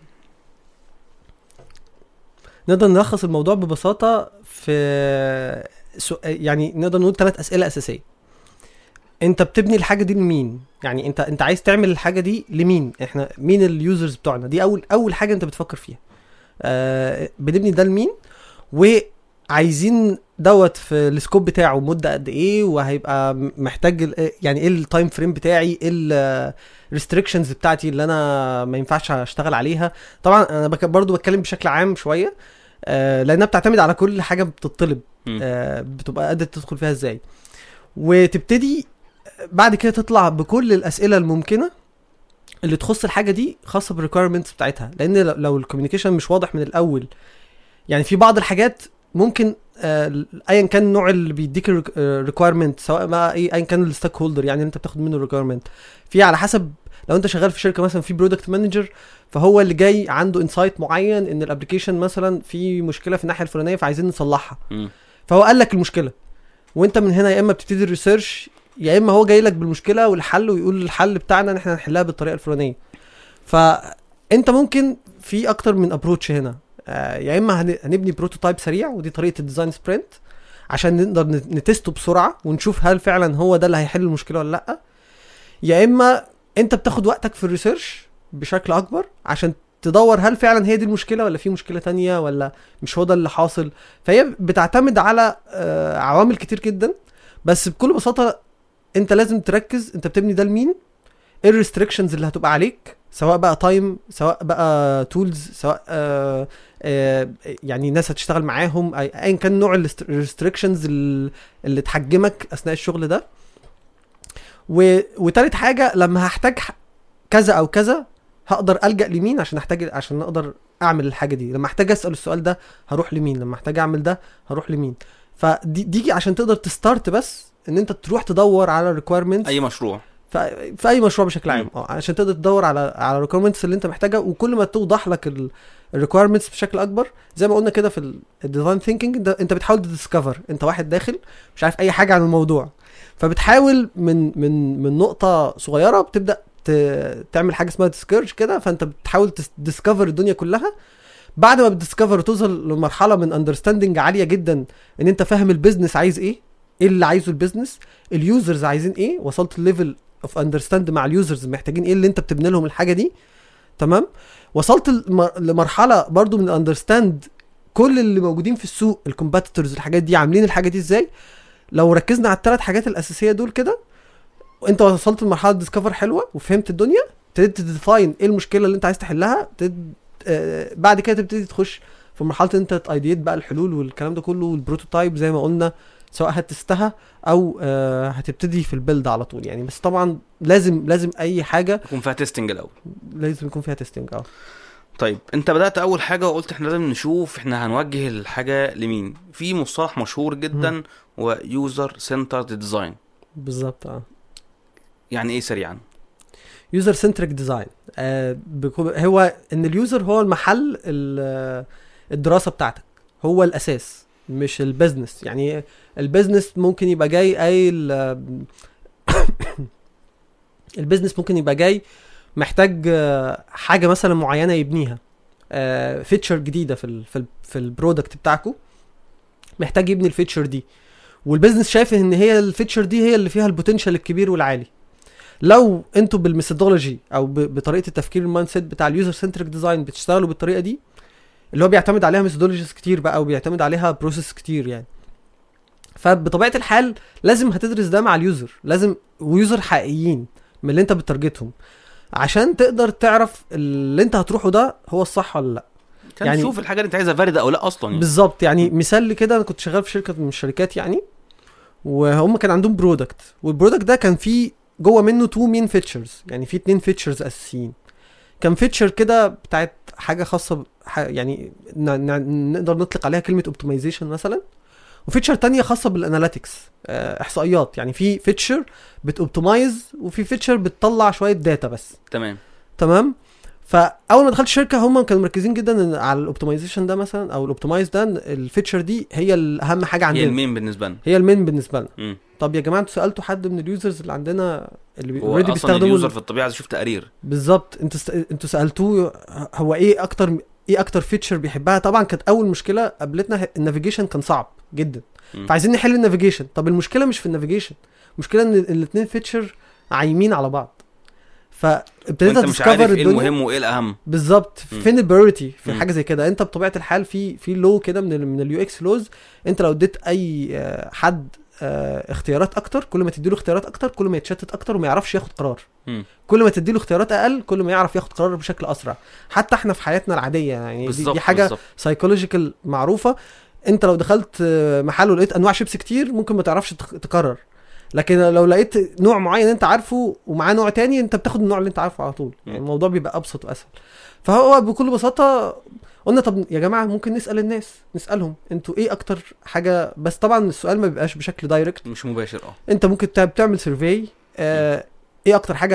نقدر نلخص الموضوع ببساطه في يعني نقدر نقول 3 اسئله اساسيه. انت بتبني الحاجه دي لمين؟ يعني انت عايز تعمل الحاجه دي لمين؟ احنا مين اليوزرز بتوعنا؟ دي اول حاجه انت بتفكر فيها. بنبني ده لمين، وعايزين دوت في السكوب بتاعه مده قد ايه، وهيبقى محتاج يعني ايه التايم فريم بتاعي، ايه الريستريكشنز بتاعتي اللي انا ما ينفعش اشتغل عليها. طبعا انا برضو بتكلم بشكل عام شويه، لانها بتعتمد على كل حاجه بتطلب، بتبقى قادر تدخل فيها ازاي، وتبتدي بعد كده تطلع بكل الاسئله الممكنه اللي تخص الحاجه دي خاصه بالريكويرمنتس بتاعتها. لان لو الكوميونيكيشن مش واضح من الاول، يعني في بعض الحاجات ممكن ايا كان النوع اللي بيديك الريكويرمنت، سواء ما ايا كان الستيك هولدر يعني انت بتاخد منه الريكويرمنت، في على حسب. لو انت شغال في شركه مثلا في برودكت مانجر، فهو اللي جاي عنده انسايت معين ان الابلكيشن مثلا في مشكله في الناحيه الفلانيه فعايزين نصلحها، فهو قال لك المشكله، وانت من هنا يا اما بتبتدي الريسيرش، يا اما هو جاي لك بالمشكله والحل ويقول الحل بتاعنا ان احنا هنحلها بالطريقه الفلانيه. فانت ممكن في اكتر من ابروتش هنا، يا اما هنبني بروتوتايب سريع، ودي طريقه الديزاين سبرنت، عشان نقدر نتستو بسرعه ونشوف هل فعلا هو ده اللي هيحل المشكله ولا لا، يا اما انت بتاخد وقتك في الريسيرش بشكل اكبر عشان تدور هل فعلا هي دي المشكله ولا في مشكله تانية ولا مش هو ده اللي حاصل. فهي بتعتمد على عوامل كتير جدا، بس بكل بساطه انت لازم تركز انت بتبني ده لمين، ايه الريستريكشنز اللي هتبقى عليك، سواء بقى تايم، سواء بقى تولز، سواء يعني ناس هتشتغل معاهم، ايا كان نوع الريستريكشنز اللي تحجمك اثناء الشغل ده. وتالت حاجه، لما هحتاج كذا او كذا هقدر الجا لمين عشان اقدر اعمل الحاجه دي. لما احتاج اسال السؤال ده هروح لمين، لما احتاج اعمل ده هروح لمين. فدي عشان تقدر تستارت، بس ان انت تروح تدور على ريكويرمنتس اي مشروع، في اي مشروع بشكل عام، عشان تقدر تدور على ريكويرمنتس اللي انت محتاجها. وكل ما توضح لك الريكويرمنتس بشكل اكبر، زي ما قلنا كده في الديزاين ثينكينج، انت بتحاول تديسكفر، انت واحد داخل مش عارف اي حاجه عن الموضوع، فبتحاول من نقطه صغيره بتبدا تعمل حاجه اسمها ديسكيرج كده، فانت بتحاول تديسكفر الدنيا كلها. بعد ما بتديسكفر توصل لمرحله من اندرستاندنج عاليه جدا، ان انت فاهم البيزنس عايز ايه اللي عايزه البيزنس، اليوزرز عايزين ايه، وصلت الليفل اوف اندرستاند مع اليوزرز محتاجين ايه اللي انت بتبني لهم الحاجه دي. تمام. وصلت لمرحله برضو من اندرستاند كل اللي موجودين في السوق، الكومبيتيتورز، الحاجات دي عاملين الحاجه دي ازاي. لو ركزنا على ال3 حاجات الاساسيه دول كده، انت وصلت لمرحله ديسكفر حلوه وفهمت الدنيا، ابتديت تديفاين ايه المشكله اللي انت عايز تحلها، بعد كده تبتدي تخش في مرحله انت تايديت بقى الحلول والكلام ده كله، والبروتوتايب زي ما قلنا، سواء هتستها او هتبتدي في البيلد على طول يعني. بس طبعا لازم اي حاجه يكون فيها تيستنج الاول، لازم يكون فيها تيستنج. طيب انت بدات اول حاجه وقلت احنا لازم نشوف احنا هنوجه الحاجه لمين. في مصطلح مشهور جدا هو يوزر سنترد ديزاين. بالظبط. يعني ايه سريعا؟ يوزر سنتريك ديزاين هو ان اليوزر هو المحل الدراسه بتاعتك، هو الاساس مش البيزنس. يعني البيزنس ممكن يبقى جاي البيزنس ممكن يبقى جاي محتاج حاجه مثلا معينه يبنيها، فيتشر جديده في البرودكت بتاعكو، محتاج يبني الفيتشر دي، والبيزنس شايف ان هي الفيتشر دي هي اللي فيها البوتنشال الكبير والعالي. لو انتوا بالميثودولوجي او بطريقه التفكير المايند سيت بتاع اليوزر سنتريك ديزاين بتشتغلوا بالطريقه دي، اللي هو بيعتمد عليها ميثودولوجيز كتير بقى، وبيعتمد عليها بروسيس كتير يعني، فبطبيعه الحال لازم هتدرس ده مع اليوزر، لازم ويوزر حقيقيين من اللي انت بتارجتهم، عشان تقدر تعرف اللي انت هتروحه ده هو الصح ولا لا. يعني تشوف الحاجه اللي انت عايزها فاليده او لا اصلا يعني. بالظبط. يعني مثال كده، انا كنت شغال في شركه من الشركات يعني، وهم كان عندهم برودكت، والبرودكت ده كان فيه جوه منه 2 مين فيتشرز، يعني في 2 فيتشرز اساسيين. كان فيتشر كده بتاعت حاجه خاصه يعني نقدر نطلق عليها كلمه اوبتمايزيشن مثلا، وفيتشر تانية خاصه بالاناليتكس، احصائيات. يعني في فيتشر بتوبتمايز، وفي فيتشر بتطلع شويه داتا بس. تمام. فاول ما دخلت الشركه هم كانوا مركزين جدا على الاوبتمايزيشن ده مثلا، او الاوبتمايز ده، الفيتشر دي هي الاهم حاجه عندنا، هي المين بالنسبه لنا. طب يا جماعه انتوا سالتوا حد من اليوزرز اللي عندنا اللي اوريدي بيستخدموا اليوزر في الطبيعه عايز يشوف تقرير بالظبط؟ انتوا سالتوه هو ايه اكتر فيتشر بيحبها؟ طبعا كانت اول مشكله قابلتنا النافيجيشن كان صعب جدا، فعايزين نحل النافيجيشن. طب المشكله مش في النافيجيشن، المشكله ان الاثنين فيتشر عايمين على بعض، فابتديت ادسكفر ايه المهم وايه الاهم بالظبط. فين البريورتي في حاجه زي كده؟ انت بطبيعه الحال في لو كده من اليو اكس لوز، انت لو اديت اي حد اختيارات اكتر، كل ما تديله اختيارات اكتر كل ما يتشتت اكتر وما يعرفش ياخد قرار. كل ما تديله اختيارات اقل كل ما يعرف ياخد قرار بشكل اسرع. حتى احنا في حياتنا العاديه يعني دي حاجه سايكولوجيكال معروفه. انت لو دخلت محل ولقيت انواع شيبس كتير ممكن ما تعرفش تقرر، لكن لو لقيت نوع معين انت عارفه ومعاه نوع تاني انت بتاخد النوع اللي انت عارفه على طول. يعني الموضوع بيبقى ابسط واسهل. فهو بكل بساطه قلنا طب يا جماعه ممكن نسال الناس، نسالهم انتوا ايه اكتر حاجه. بس طبعا السؤال ما بيبقاش بشكل دايركت، مش مباشر. انت ممكن تعمل سيرفي، ايه اكتر حاجه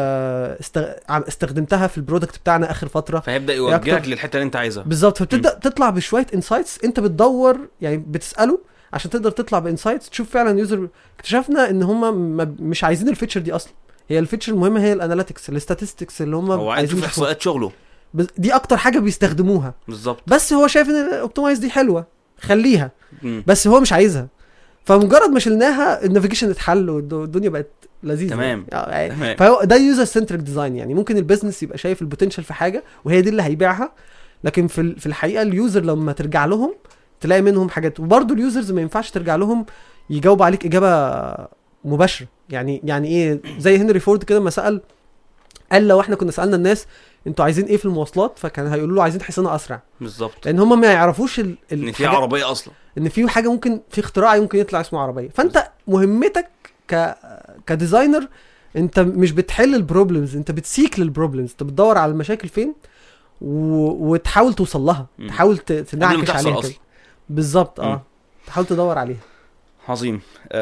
استخدمتها في البرودكت بتاعنا اخر فتره، فيبدا يوجهك للحته اللي انت عايزها بالظبط. فبتبدا تطلع بشويه انسايتس انت بتدور، يعني بتساله عشان تقدر تطلع بانسايتس تشوف فعلا يوزر. اكتشفنا ان هم مش عايزين الفيتشر دي اصلا، هي الفيتشر المهمه هي الاناليتكس الاستاتستكس اللي هم عايزين احصائيات شغله، دي اكتر حاجه بيستخدموها بالظبط. بس هو شايف ان الاوبتمايز دي حلوه خليها، بس هو مش عايزها. فمجرد ما شلناها النافيجيشن اتحل والدنيا بقت لذيذه. تمام. فهو ده يوزر سنتريك ديزاين. يعني ممكن البيزنس يبقى شايف البوتنشال في حاجه وهي دي اللي هيبيعها، لكن في الحقيقه اليوزر لما ترجع لهم تلاقي منهم حاجات. وبرضه اليوزرز ما ينفعش ترجع لهم يجاوب عليك اجابه مباشره. يعني ايه؟ زي هنري فورد كده ما سال، قال لو احنا كنا سالنا الناس انتوا عايزين ايه في المواصلات فكان هيقولوا له عايزين حصانه اسرع. بالظبط، لان هم ما يعرفوش ان في عربيه اصلا، ان في حاجه ممكن في اختراع يمكن يطلع اسمه عربيه. فانت مهمتك كديزاينر انت مش بتحل البروبلمز، انت بتسيك للبروبلمز، انت بتدور على المشاكل فين وتحاول توصل لها، تحاول تنعكش عليها كده. بالظبط. تحاول تدور عليها. عظيم.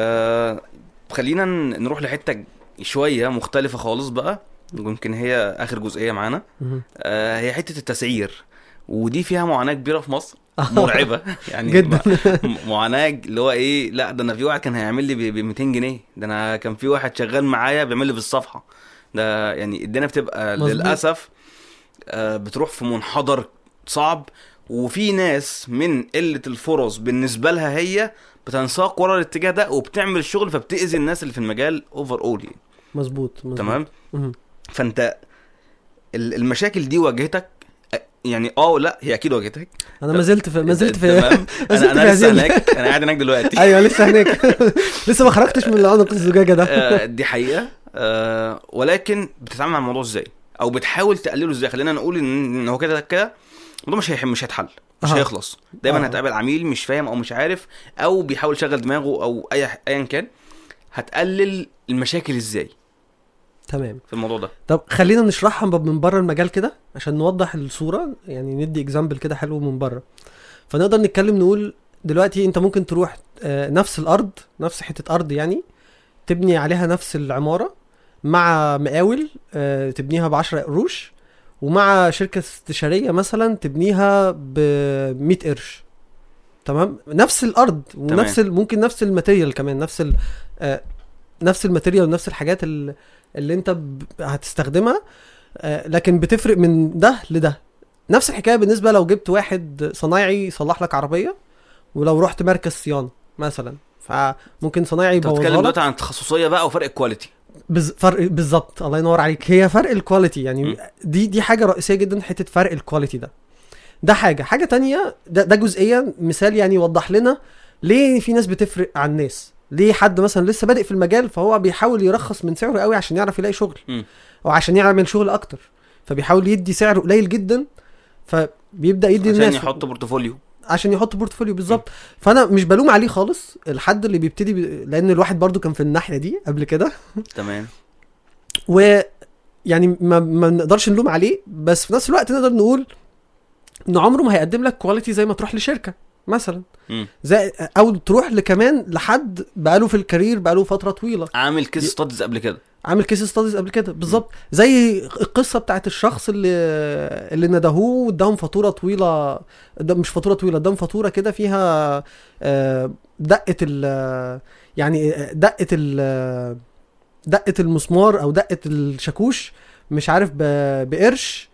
خلينا نروح لحته شويه مختلفه خالص بقى، يمكن هي اخر جزئيه معانا. هي حته التسعير، ودي فيها معاناه كبيره في مصر، مرعبه يعني جدا. معاناه اللي هو ايه، لا ده انا في واحد كان هيعمل لي ب 200 جنيه، ده انا كان في واحد شغال معايا بيعمل لي بالصفحه ده. يعني الدنيا بتبقى مزبوط. للاسف بتروح في منحدر صعب، وفي ناس من قله الفرص بالنسبه لها هي بتنساق ورا الاتجاه ده وبتعمل الشغل، فبتأذي الناس اللي في المجال اوفر اول يعني. مظبوط. تمام. فانت المشاكل دي واجهتك يعني؟ لا هي اكيد واجهتك. انا ما زلت في تمام. انا لسه هناك، انا قاعد هناك دلوقتي. ايوه لسه هناك. لسه ما خرجتش من العنق الزجاجه ده. دي حقيقه. ولكن بتتعامل مع الموضوع ازاي، او بتحاول تقلله ازاي؟ خلينا نقول ان هو كده الموضوع مش هيتحل، مش هيخلص. دايما هتقابل عميل مش فاهم او مش عارف او بيحاول يشغل دماغه او ايا كان. هتقلل المشاكل ازاي؟ تمام في الموضوع ده. طب خلينا نشرحها من بره المجال كده عشان نوضح الصوره، يعني ندي اكزامبل كده حلو من بره. فنقدر نتكلم نقول دلوقتي انت ممكن تروح نفس الارض، نفس حته ارض يعني، تبني عليها نفس العماره مع مقاول تبنيها ب10 قروش، ومع شركه استشاريه مثلا تبنيها ب100 قرش. تمام. نفس الارض ونفس ممكن نفس الماتيريال كمان، نفس الماتيريال ونفس الحاجات اللي انت هتستخدمها، لكن بتفرق من ده لده. نفس الحكايه بالنسبه لو جبت واحد صنايعي يصلح لك عربيه، ولو رحت مركز صيانه مثلا، فممكن صنايعي يبوظها لك. بتتكلم دلوقتي عن التخصصيه بقى وفرق الكواليتي. فرق بالظبط، الله ينور عليك. هي فرق الكواليتي يعني دي حاجه رئيسيه جدا، حته فرق الكواليتي ده حاجه تانية. ده جزئيه مثال يعني يوضح لنا ليه في ناس بتفرق عن ناس. ليه حد مثلا لسه بادئ في المجال فهو بيحاول يرخص من سعره قوي عشان يعرف يلاقي شغل، او عشان يعمل شغل اكتر، فبيحاول يدي سعره قليل جدا، فبيبدا يدي الناس عشان يحط بورتفوليو بالظبط. فانا مش بلوم عليه خالص الحد اللي بيبتدي لان الواحد برضو كان في الناحيه دي قبل كده. تمام. ويعني ما نقدرش نلوم عليه، بس في نفس الوقت نقدر نقول ان عمره ما هيقدم لك كواليتي زي ما تروح لشركه. مثلا، مم. زي او تروح لكمان لحد بقاله في الكارير بقاله فتره طويله، عامل كيس ستادز قبل كده. عامل كيس ستاديز قبل كده بالظبط، زي القصه بتاعت الشخص اللي ندهوه واداهم فاتوره طويله، ده مش فاتوره طويله، اداهم فاتوره كده فيها دقه يعني دقه المسمار او دقه الشاكوش مش عارف بقرش،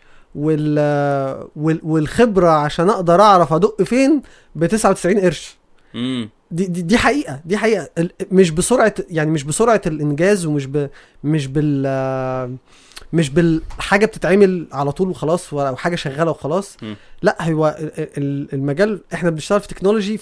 والخبره عشان اقدر اعرف ادق فين ب99 قرش. دي حقيقه، دي حقيقه، مش بسرعه، يعني مش بسرعه الانجاز، ومش مش بالحاجه بتتعمل على طول وخلاص، او حاجه شغاله وخلاص. لا، هو المجال احنا بنشتغل في تكنولوجي،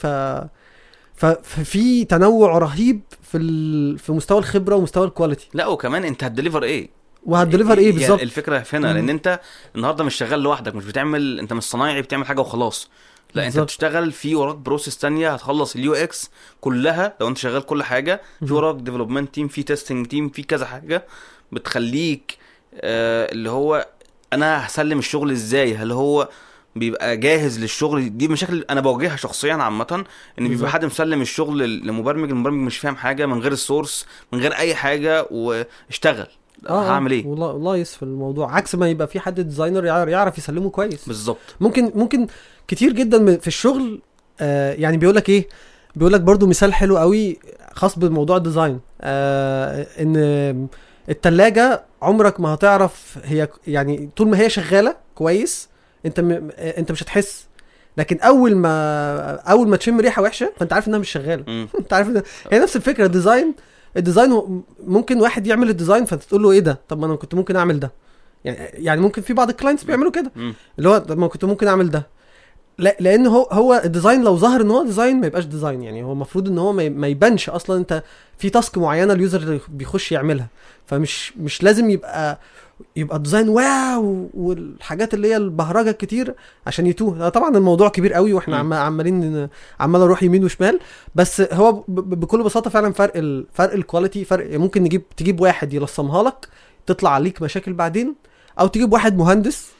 ففي تنوع رهيب في مستوى الخبره ومستوى الكواليتي. لا وكمان انت هتديليفر ايه، وهتديليفر ايه بالظبط. الفكره هنا لان انت النهارده مش شغال لوحدك، مش بتعمل، انت مش صنايعي بتعمل حاجه وخلاص، لا بالزبط. انت بتشتغل في وراك بروسيس تانية هتخلص اليو اكس كلها. لو انت شغال كل حاجه في وراك ديفلوبمنت تيم، في تيستنج تيم، في كذا حاجه بتخليك اللي هو انا هسلم الشغل ازاي، هل هو بيبقى جاهز للشغل. دي مشاكل انا بواجهها شخصيا عامه، ان بيبقى حد مسلم الشغل لمبرمج، المبرمج مش فاهم حاجه من غير السورس، من غير اي حاجه، واشتغل هعمل ايه. والله يسفل الموضوع، عكس ما يبقى في حد ديزاينر يعرف يسلمه كويس. بالظبط. ممكن كتير جدا في الشغل يعني بيقولك ايه، بيقولك برضو مثال حلو قوي خاص بموضوع الديزاين، ان التلاجة عمرك ما هتعرف هي، يعني طول ما هي شغالة كويس انت مش هتحس، لكن اول ما تشم ريحة وحشة فانت عارف انها مش شغالة. انت عارف هي نفس الفكرة. الديزاين ممكن واحد يعمل الديزاين فتقول له ايه ده، طب ما انا كنت ممكن اعمل ده، يعني ممكن في بعض الكلاينتس بيعملوا كده، اللي هو طب ما كنت ممكن اعمل ده. لا، لان هو الديزاين لو ظهر ان هو ديزاين ما يبقاش ديزاين، يعني هو المفروض ان هو ما يبانش اصلا انت في تاسك معينه اليوزر بيخش يعملها، فمش لازم يبقى ديزاين واو والحاجات اللي هي البهرجه كتير عشان يتوه. طبعا الموضوع كبير قوي واحنا عمال اروح يمين وشمال، بس هو بكل بساطه فعلا فرق الكواليتي، فرق. ممكن تجيب واحد يلصمها لك تطلع عليك مشاكل بعدين، او تجيب واحد مهندس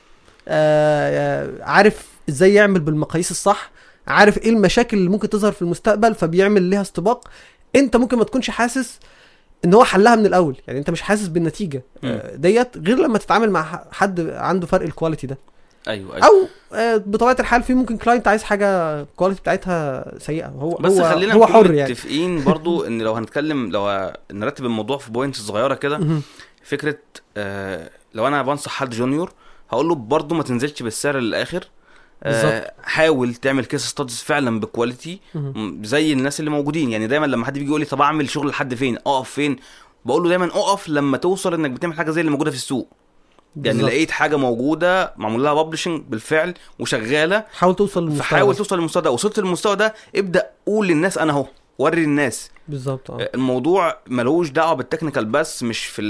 عارف ازاي يعمل بالمقاييس الصح، عارف ايه المشاكل اللي ممكن تظهر في المستقبل فبيعمل ليها استباق. انت ممكن ما تكونش حاسس ان هو حلها من الاول، يعني انت مش حاسس بالنتيجه ديت غير لما تتعامل مع حد عنده فرق الكواليتي ده. ايوه. او بطبيعه الحال في ممكن كلاينت عايز حاجه الكواليتي بتاعتها سيئه، بس خلينا هو حر يعني. متفقين برضو ان لو هنتكلم، لو نرتب الموضوع في بوينتس صغيره كده، فكره لو انا بنصح حد جونيور هقول له برضو ما تنزلش بالسعر للاخر، حاول تعمل كيس ستاديز فعلا بكواليتي زي الناس اللي موجودين. يعني دايما لما حد بيجي يقول لي طب اعمل شغل لحد فين، اقف فين، بقول له دايما اقف لما توصل انك بتعمل حاجه زي اللي موجوده في السوق. يعني لقيت حاجه موجوده معمول لها ببلشنج بالفعل وشغاله، حاول توصل للمستوى، حاول توصل للمستوى ده. وصلت للمستوى ده ابدا قول للناس انا اهو، وري الناس بالظبط. الموضوع ملوش دعوه بالتكنيكال بس،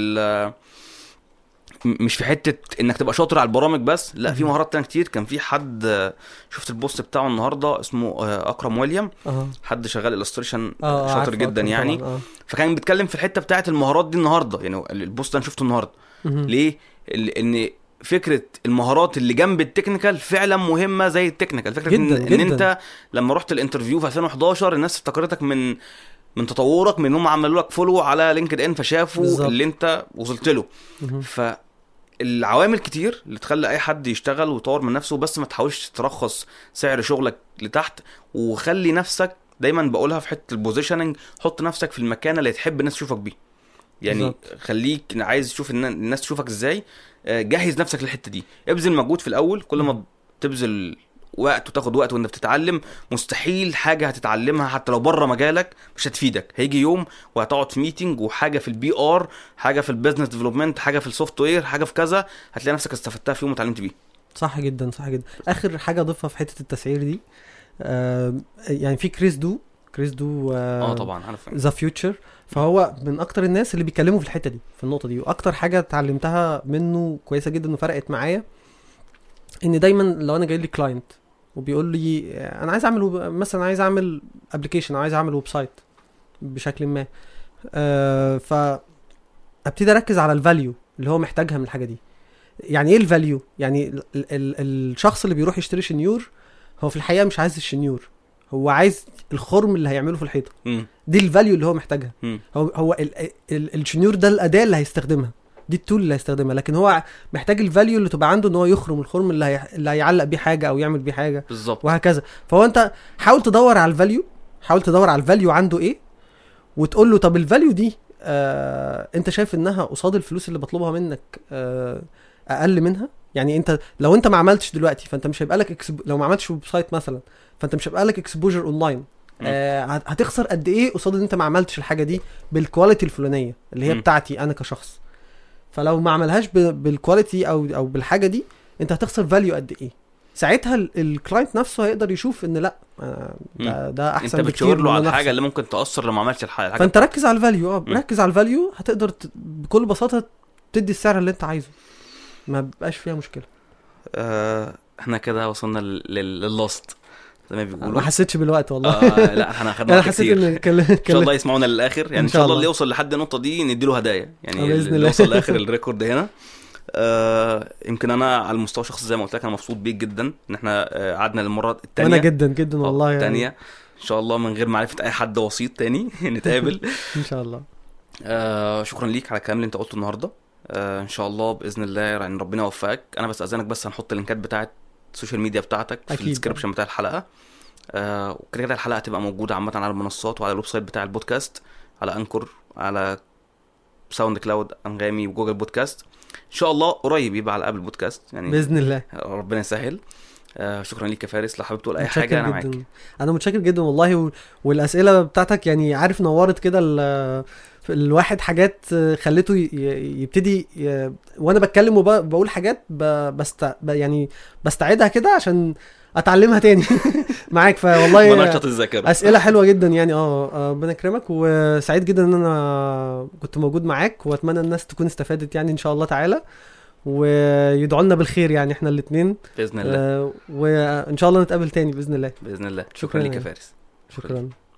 مش في حته انك تبقى شاطر على البرامج بس، لا في مهارات تانية كتير. كان في حد شفت البوست بتاعه النهارده اسمه اكرم ويليام، حد شغال إلستريشن شاطر جدا يعني. فكان بيتكلم في الحته بتاعه المهارات دي النهارده، يعني البوست انا شفته النهارده. ليه؟ ان فكره المهارات اللي جنب التكنيكال فعلا مهمه زي التكنيكال. فكره ان انت لما رحت الانترفيو في 2011 الناس افتكرتك من تطورك، من هم عملوا لك فولو على لينكد ان فشافوا بالزبط اللي انت وصلت له. فالعوامل كتير اللي تخلي اي حد يشتغل ويطور من نفسه، بس ما تحاولش ترخص سعر شغلك لتحت، وخلي نفسك دايما بقولها في حته البوزيشننج، حط نفسك في المكان اللي تحب الناس تشوفك بيه. يعني بالزبط. خليك عايز تشوف الناس تشوفك ازاي، جهز نفسك للحته دي، ابذل مجهود في الاول. كل ما تبذل وقت وتاخد وقت وانت بتتعلم، مستحيل حاجه هتتعلمها حتى لو بره مجالك مش هتفيدك. هيجي يوم وهتقعد في ميتنج وحاجه في البي ار، حاجه في البيزنس ديفلوبمنت، حاجه في السوفت وير، حاجه في كذا، هتلاقي نفسك استفدتها في يوم وتعلمت بيه. صح جدا صح جدا. اخر حاجه اضيفها في حته التسعير دي، يعني في كريس دو طبعا عارف ذا فيوتشر، فهو من اكتر الناس اللي بيتكلموا في الحته دي، في النقطه دي. واكتر حاجه اتعلمتها منه كويسه جدا وفرقت معايا، ان دايما لو انا جاي لي كلاينت وبيقول لي انا عايز اعمل مثلا، عايز اعمل ابلكيشن او عايز اعمل ويب سايت بشكل ما، فابتدي اركز على الفاليو اللي هو محتاجها من الحاجه دي. يعني ايه الفاليو؟ يعني الشخص اللي بيروح يشتري شنيور هو في الحقيقه مش عايز الشنيور، هو عايز الخرم اللي هيعمله في الحيطه، مم. دي الفاليو اللي هو محتاجها. مم. هو الشنيور ده الاداه اللي هيستخدمها، دي التول اللي هيستخدمها، لكن هو محتاج الفاليو اللي تبقى عنده ان هو يخرم الخرم اللي هيعلق بيه حاجه او يعمل بيه حاجه بالظبط. وهكذا. فهو انت حاول تدور على الفاليو، حاول تدور على الفاليو عنده ايه، وتقول له طب الفاليو دي انت شايف انها قصاد الفلوس اللي بطلبها منك اقل منها؟ يعني انت لو انت ما عملتش دلوقتي فانت مش هيبقى لك لو ما عملتش ويب سايت مثلا فانت مش هيبقى لك اكسبوجر اونلاين. هتخسر قد ايه قصاد ان انت ما عملتش الحاجه دي بالكواليتي الفلانيه اللي هي بتاعتي انا كشخص؟ فلو ما عملهاش بالكواليتي او بالحاجه دي انت هتخسر فاليو قد ايه؟ ساعتها الكلاينت نفسه هيقدر يشوف ان لا ده احسن انت بكتير. بتشاور له على الحاجه اللي ممكن تاثر لو ما عملتش الحاجه. فانت ركز على الفاليو. ركز على الفاليو، هتقدر بكل بساطه تدي السعر اللي انت عايزه، ما بقاش فيها مشكله. احنا كده وصلنا لللاست زي ما بيقولوا. ما حسيتش بالوقت والله. لا احنا خدنا انا حسيت ان ان شاء الله يسمعونا للاخر يعني. ان شاء الله اللي يوصل لحد النقطه دي نديله هدايا يعني، اللي يوصل لاخر الريكورد هنا. يمكن انا على المستوى الشخصي زي ما قلت لك انا مبسوط بيك جدا ان احنا قعدنا للمره الثانيه. انا جدا جدا والله الثانيه يعني. ان شاء الله من غير معرفه اي حد وسيط تاني نتقابل ان شاء الله. شكرا ليك على الكلام اللي انت قلته النهارده. ان شاء الله باذن الله يعني ربنا يوفقك. انا بس اذنك بس هنحط اللينكات بتاعه السوشيال ميديا بتاعتك في الديسكربشن بتاع الحلقه. وكده كده الحلقه هتبقى موجوده عامه على المنصات وعلى الويب سايت بتاع البودكاست، على انكور، على ساوند كلاود، انغامي، وجوجل بودكاست. ان شاء الله قريب يبقى على ابل بودكاست يعني باذن الله. ربنا يسهل. شكرا ليك يا فارس. لو حابب تقول اي حاجه انا معاك. انا متشكر جدا والله، والاسئله بتاعتك يعني عارف نورت كده الواحد حاجات خليته يبتدي وانا بتكلم وبقول حاجات يعني بستعيدها كده عشان اتعلمها تاني معاك. فوالله منشط الذاكره. اسئله حلوه جدا يعني. ربنا يكرمك، وسعيد جدا ان انا كنت موجود معاك، واتمنى الناس تكون استفادت يعني ان شاء الله تعالى، ويدعوا لنا بالخير يعني احنا الاثنين باذن الله. وان شاء الله نتقابل تاني باذن الله. باذن الله. شكرا لك يا فارس. شكرا.